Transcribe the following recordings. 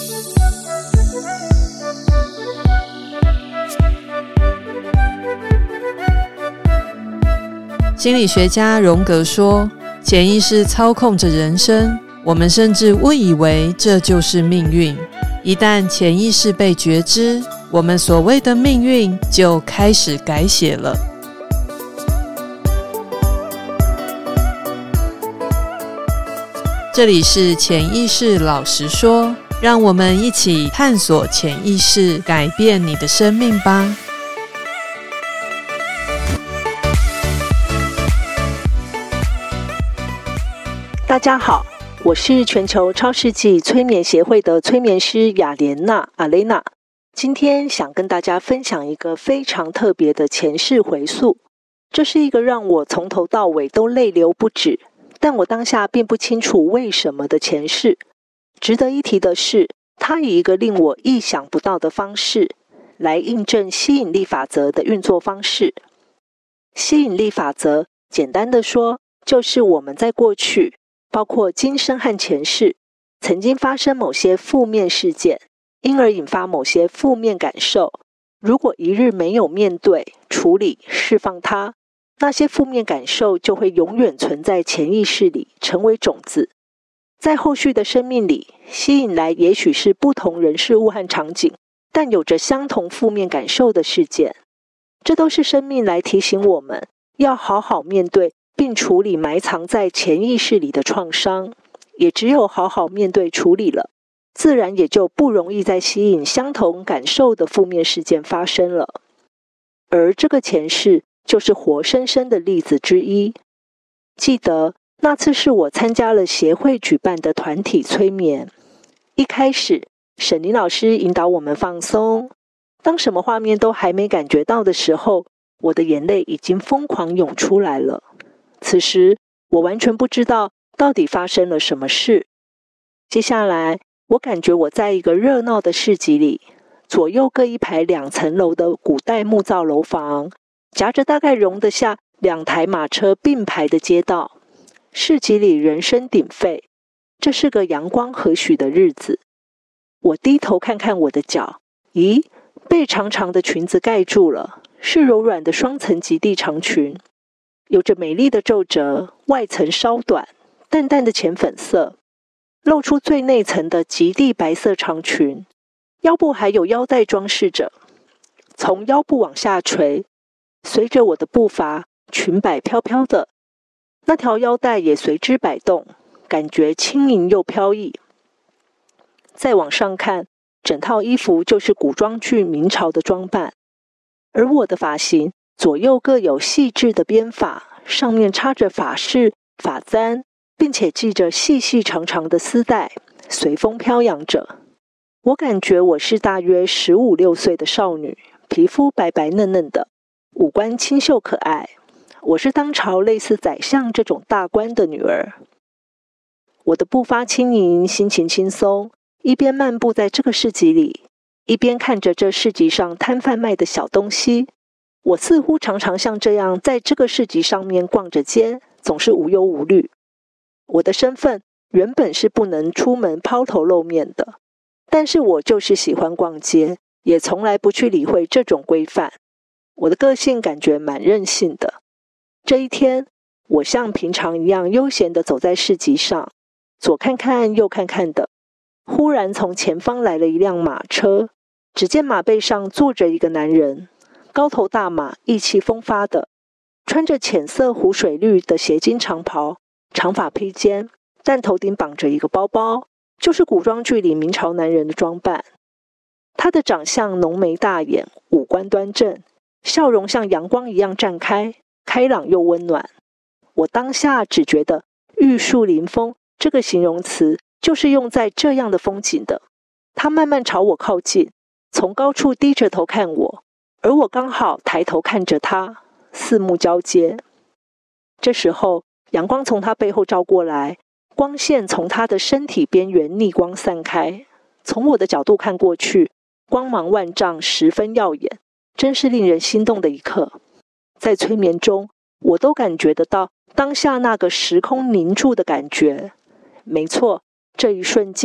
心理学家荣格说，潜意识操控着人生，我们甚至误以为这就是命运。一旦潜意识被觉知，我们所谓的命运就开始改写了。这里是潜意识老实说，让我们一起探索潜意识，改变你的生命吧。 大家好，我是全球超世纪催眠协会的催眠师雅莲娜阿雷娜。今天想跟大家分享一个非常特别的前世回溯，这是一个让我从头到尾都泪流不止，但我当下并不清楚为什么的前世。值得一提的是，它以一个令我意想不到的方式来印证吸引力法则的运作方式。吸引力法则简单的说，就是我们在过去包括今生和前世曾经发生某些负面事件，因而引发某些负面感受。如果一日没有面对、处理、释放它，那些负面感受就会永远存在潜意识里，成为种子。在后续的生命里，吸引来也许是不同人事物和场景，但有着相同负面感受的事件。这都是生命来提醒我们，要好好面对并处理埋藏在潜意识里的创伤，也只有好好面对处理了，自然也就不容易再吸引相同感受的负面事件发生了。而这个前世就是活生生的例子之一。记得那次是我参加了协会举办的团体催眠，一开始沈林老师引导我们放松，当什么画面都还没感觉到的时候，我的眼泪已经疯狂涌出来了。此时我完全不知道到底发生了什么事。接下来我感觉我在一个热闹的市集里，左右各一排2层楼的古代木造楼房，夹着大概容得下2台马车并排的街道。市集里人声鼎沸，这是个阳光和煦的日子。我低头看看我的脚，咦，被长长的裙子盖住了，是柔软的双层及地长裙，有着美丽的皱褶，外层稍短，淡淡的浅粉色，露出最内层的极地白色长裙，腰部还有腰带装饰着。从腰部往下垂，随着我的步伐，裙摆飘飘的，那条腰带也随之摆动，感觉轻盈又飘逸。再往上看，整套衣服就是古装剧明朝的装扮，而我的发型左右各有细致的编发，上面插着发饰、发簪，并且系着细细长长的丝带，随风飘扬着。我感觉我是大约15、16岁的少女，皮肤白白嫩嫩的，五官清秀可爱。我是当朝类似宰相这种大官的女儿。我的步伐轻盈，心情轻松，一边漫步在这个市集里，一边看着这市集上摊贩卖的小东西。我似乎常常像这样在这个市集上面逛着街，总是无忧无虑。我的身份原本是不能出门抛头露面的，但是我就是喜欢逛街，也从来不去理会这种规范。我的个性感觉蛮任性的。这一天，我像平常一样悠闲地走在市集上，左看看右看看的。忽然从前方来了一辆马车，只见马背上坐着一个男人，高头大马，意气风发的，穿着浅色湖水绿的斜襟长袍，长发披肩，但头顶绑着一个包包，就是古装剧里明朝男人的装扮。他的长相浓眉大眼，五官端正，笑容像阳光一样绽开，开朗又温暖。我当下只觉得玉树临风这个形容词就是用在这样的风景的。他慢慢朝我靠近，从高处低着头看我，而我刚好抬头看着他，四目交接。这时候阳光从他背后照过来，光线从他的身体边缘逆光散开，从我的角度看过去，光芒万丈，十分耀眼，真是令人心动的一刻。在催眠中，我都感觉得到当下那个时空凝住的感觉。没错，这一瞬间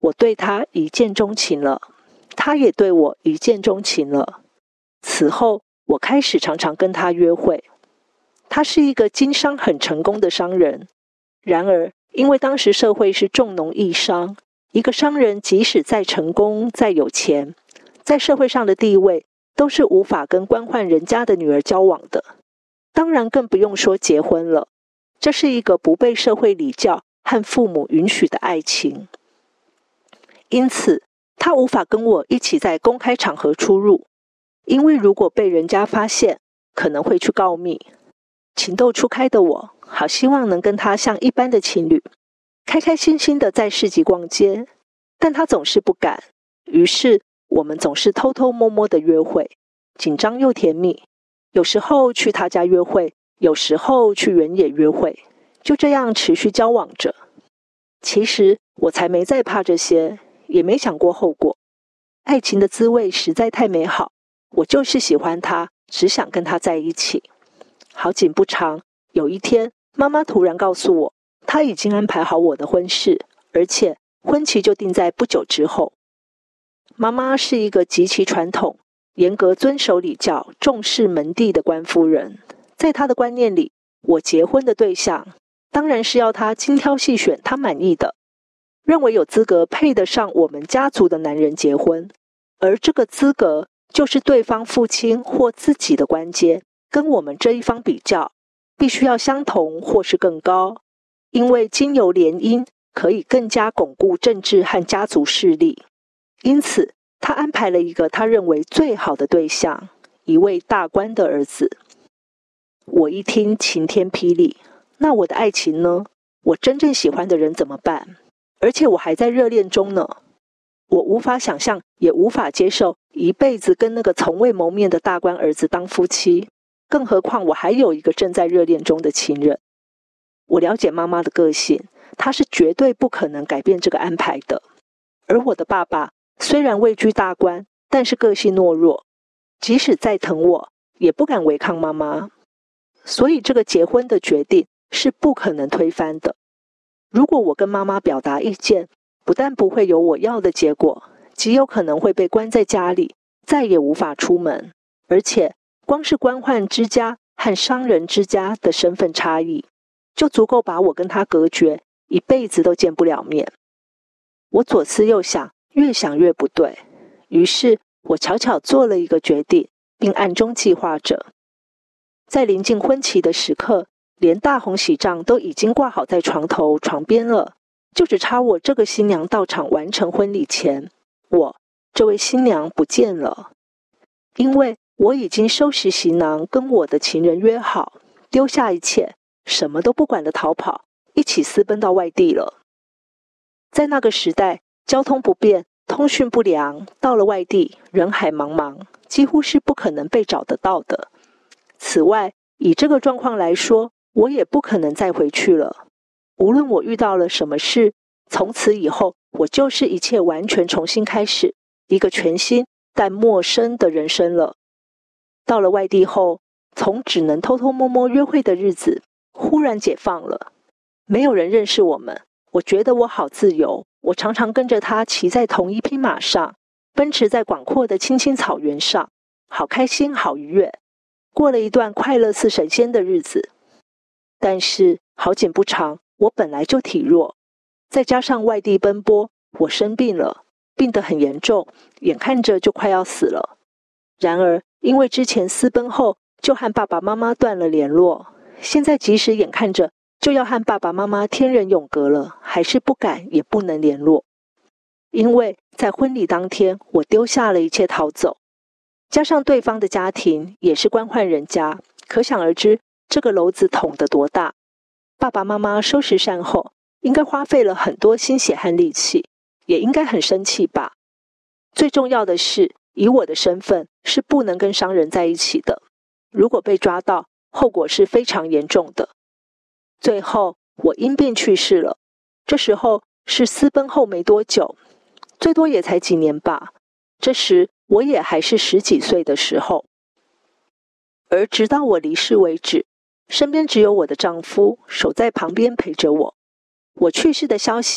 我对他一见钟情了，他也对我一见钟情了。此后，我开始常常跟他约会。他是一个经商很成功的商人，然而因为当时社会是重农抑商，一个商人即使再成功再有钱，在社会上的地位都是无法跟官宦人家的女儿交往的，当然更不用说结婚了。这是一个不被社会礼教和父母允许的爱情，因此他无法跟我一起在公开场合出入，因为如果被人家发现，可能会去告密。情窦初开的我，好希望能跟他像一般的情侣，开开心心的在市集逛街，但他总是不敢。于是我们总是偷偷摸摸的约会，紧张又甜蜜。有时候去他家约会，有时候去原野约会，就这样持续交往着。其实我才没在怕这些，也没想过后果。爱情的滋味实在太美好，我就是喜欢他，只想跟他在一起。好景不长，有一天，妈妈突然告诉我，她已经安排好我的婚事，而且婚期就定在不久之后。妈妈是一个极其传统、严格遵守礼教、重视门第的官夫人。在她的观念里，我结婚的对象当然是要她精挑细选她满意的，认为有资格配得上我们家族的男人结婚，而这个资格就是对方父亲或自己的官阶跟我们这一方比较，必须要相同或是更高，因为经由联姻可以更加巩固政治和家族势力。因此，他安排了一个他认为最好的对象，一位大官的儿子。我一听晴天霹雳，那我的爱情呢？我真正喜欢的人怎么办？而且我还在热恋中呢。我无法想象，也无法接受一辈子跟那个从未谋面的大官儿子当夫妻。更何况我还有一个正在热恋中的情人。我了解妈妈的个性，她是绝对不可能改变这个安排的。而我的爸爸虽然位居大官，但是个性懦弱，即使再疼我，也不敢违抗妈妈。所以这个结婚的决定是不可能推翻的。如果我跟妈妈表达意见，不但不会有我要的结果，极有可能会被关在家里，再也无法出门。而且光是官宦之家和商人之家的身份差异，就足够把我跟他隔绝，一辈子都见不了面。我左思右想，越想越不对，于是我悄悄做了一个决定，并暗中计划着。在临近婚期的时刻，连大红喜帐都已经挂好在床头床边了，就只差我这个新娘到场完成婚礼前，我这位新娘不见了。因为我已经收拾行囊，跟我的情人约好，丢下一切，什么都不管的逃跑，一起私奔到外地了。在那个时代，交通不便，通讯不良，到了外地，人海茫茫，几乎是不可能被找得到的。此外，以这个状况来说，我也不可能再回去了。无论我遇到了什么事，从此以后，我就是一切完全重新开始，一个全新但陌生的人生了。到了外地后，从只能偷偷摸摸约会的日子，忽然解放了。没有人认识我们，我觉得我好自由。我常常跟着他骑在同一匹马上，奔驰在广阔的青青草原上，好开心，好愉悦，过了一段快乐似神仙的日子。但是好景不长，我本来就体弱，再加上外地奔波，我生病了，病得很严重，眼看着就快要死了。然而因为之前私奔后就和爸爸妈妈断了联络，现在即使眼看着就要和爸爸妈妈天人永隔了，还是不敢也不能联络。因为在婚礼当天，我丢下了一切逃走，加上对方的家庭也是官宦人家，可想而知这个篓子捅得多大。爸爸妈妈收拾善后，应该花费了很多心血和力气，也应该很生气吧。最重要的是，以我的身份是不能跟商人在一起的，如果被抓到，后果是非常严重的。最后我因病去世了，这时候是私奔后没多久，最多也才几年吧。这时我也还是10几岁的时候。而直到我离世为止，身边只有我的丈夫守在旁边陪着我。我去世的消息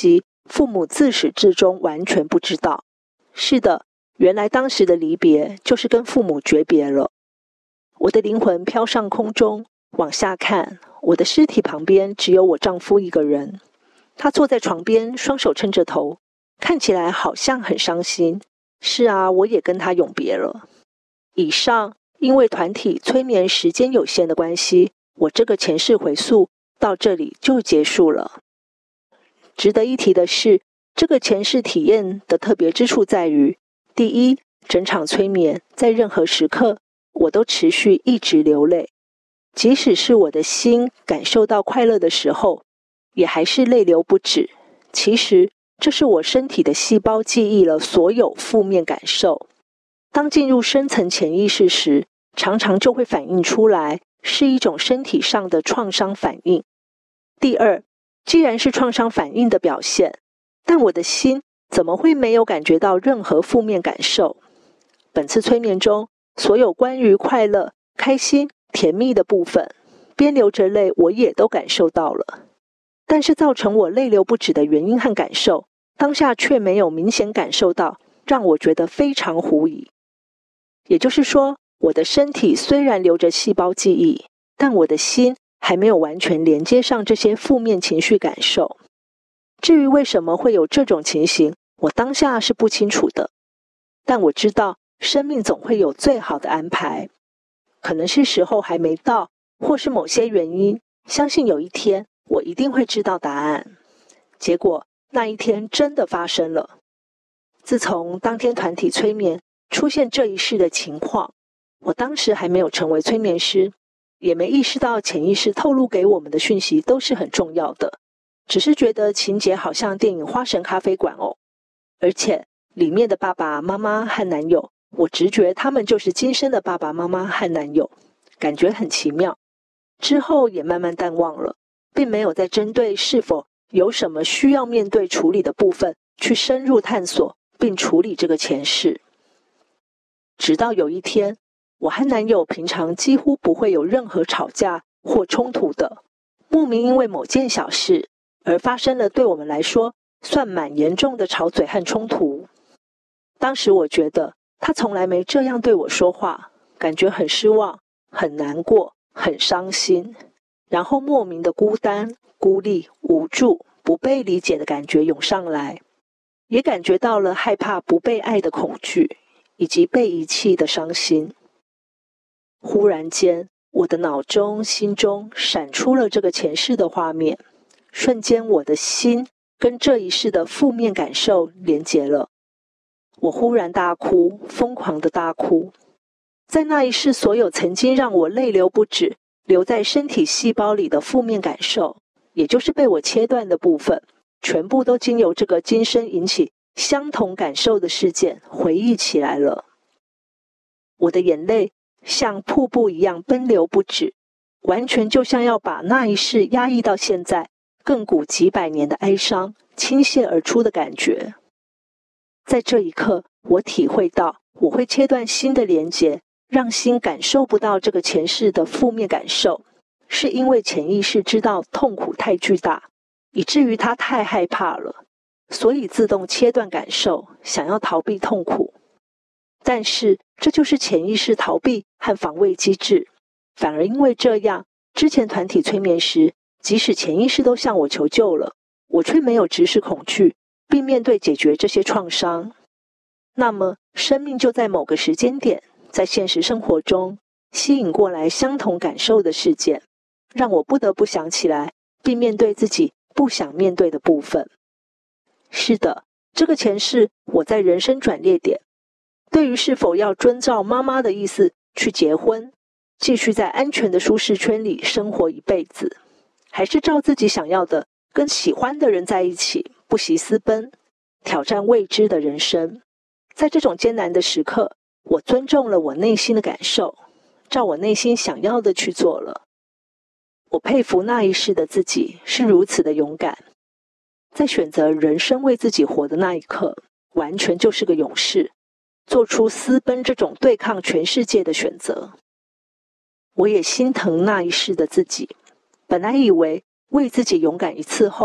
父母自始至终完全不知道。是的，原来当时的离别就是跟父母诀别了。我的灵魂飘上空中，往下看，我的尸体旁边只有我丈夫一个人。他坐在床边，双手撑着头，看起来好像很伤心。是啊，我也跟他永别了。以上因为团体催眠时间有限的关系，我这个前世回溯到这里就结束了。值得一提的是，这个前世体验的特别之处在于，第一，整场催眠在任何时刻我都持续一直流泪，即使是我的心感受到快乐的时候，也还是泪流不止。其实这是我身体的细胞记忆了所有负面感受，当进入深层潜意识时，常常就会反映出来，是一种身体上的创伤反应。第二，既然是创伤反应的表现，但我的心怎么会没有感觉到任何负面感受？本次催眠中，所有关于快乐、开心、甜蜜的部分，边流着泪我也都感受到了。但是造成我泪流不止的原因和感受，当下却没有明显感受到，让我觉得非常狐疑。也就是说，我的身体虽然留着细胞记忆，但我的心还没有完全连接上这些负面情绪感受。至于为什么会有这种情形，我当下是不清楚的。但我知道，生命总会有最好的安排。可能是时候还没到，或是某些原因，相信有一天我一定会知道答案。结果那一天真的发生了。自从当天团体催眠出现这一世的情况，我当时还没有成为催眠师，也没意识到潜意识透露给我们的讯息都是很重要的，只是觉得情节好像电影《花神咖啡馆》哦，而且里面的爸爸妈妈和男友，我直觉他们就是今生的爸爸妈妈和男友，感觉很奇妙。之后也慢慢淡忘了，并没有再针对是否有什么需要面对处理的部分去深入探索并处理这个前世。直到有一天，我和男友平常几乎不会有任何吵架或冲突的，莫名因为某件小事而发生了对我们来说算蛮严重的吵嘴和冲突。当时我觉得他从来没这样对我说话，感觉很失望、很难过、很伤心，然后莫名的孤单、孤立、无助、不被理解的感觉涌上来，也感觉到了害怕不被爱的恐惧，以及被遗弃的伤心。忽然间，我的脑中、心中闪出了这个前世的画面，瞬间我的心跟这一世的负面感受连结了。我忽然大哭，疯狂的大哭。在那一世，所有曾经让我泪流不止、留在身体细胞里的负面感受，也就是被我切断的部分，全部都经由这个今生引起相同感受的事件回忆起来了。我的眼泪像瀑布一样奔流不止，完全就像要把那一世压抑到现在亘古几百年的哀伤倾泻而出的感觉。在这一刻，我体会到我会切断心的连结，让心感受不到这个前世的负面感受，是因为潜意识知道痛苦太巨大，以至于他太害怕了，所以自动切断感受，想要逃避痛苦。但是这就是潜意识逃避和防卫机制，反而因为这样，之前团体催眠时，即使潜意识都向我求救了，我却没有直视恐惧，并面对解决这些创伤。那么生命就在某个时间点，在现实生活中吸引过来相同感受的事件，让我不得不想起来，并面对自己不想面对的部分。是的，这个前世我在人生转捩点，对于是否要遵照妈妈的意思去结婚，继续在安全的舒适圈里生活一辈子，还是照自己想要的跟喜欢的人在一起，不惜私奔，挑战未知的人生。在这种艰难的时刻，我尊重了我内心的感受，照我内心想要的去做了。我佩服那一世的自己是如此的勇敢，在选择人生为自己活的那一刻，完全就是个勇士，做出私奔这种对抗全世界的选择。我也心疼那一世的自己，本来以为为自己勇敢一次后，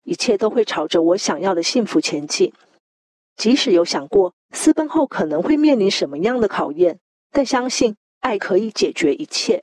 一切都会朝着我想要的幸福前进。即使有想过私奔后可能会面临什么样的考验，但相信爱可以解决一切。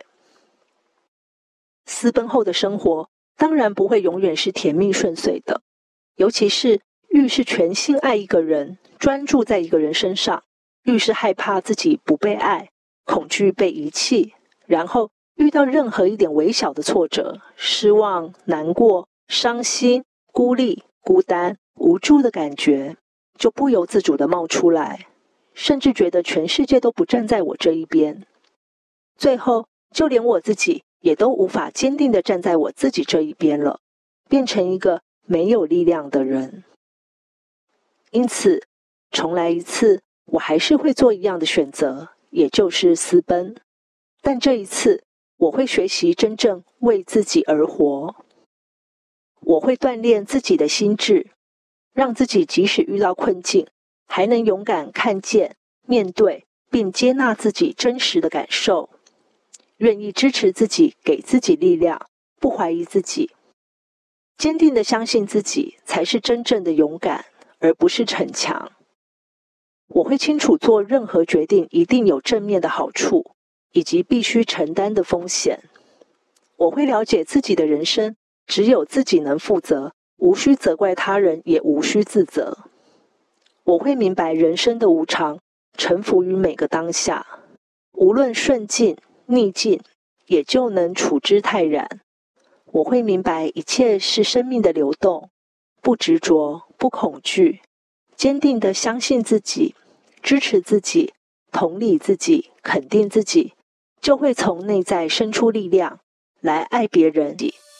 私奔后的生活当然不会永远是甜蜜顺遂的，尤其是愈是全心爱一个人，专注在一个人身上，愈是害怕自己不被爱，恐惧被遗弃，然后遇到任何一点微小的挫折，失望、难过、伤心、孤立、孤单、无助的感觉就不由自主地冒出来，甚至觉得全世界都不站在我这一边。最后就连我自己也都无法坚定地站在我自己这一边了，变成一个没有力量的人。因此重来一次，我还是会做一样的选择，也就是私奔。但这一次我会学习真正为自己而活，我会锻炼自己的心智，让自己即使遇到困境，还能勇敢看见、面对并接纳自己真实的感受，愿意支持自己，给自己力量，不怀疑自己，坚定地相信自己才是真正的勇敢，而不是逞强。我会清楚做任何决定一定有正面的好处，以及必须承担的风险。我会了解自己的人生只有自己能负责，无需责怪他人，也无需自责。我会明白人生的无常，臣服于每个当下，无论顺境逆境，也就能处之泰然。我会明白一切是生命的流动，不执着，不恐惧，坚定地相信自己，支持自己，同理自己，肯定自己，就会从内在生出力量来爱别人。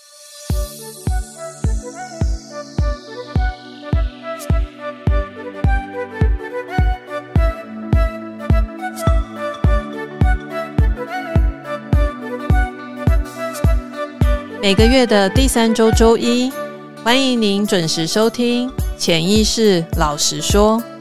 每个月的第3周周一，欢迎您准时收听潜意识老实说。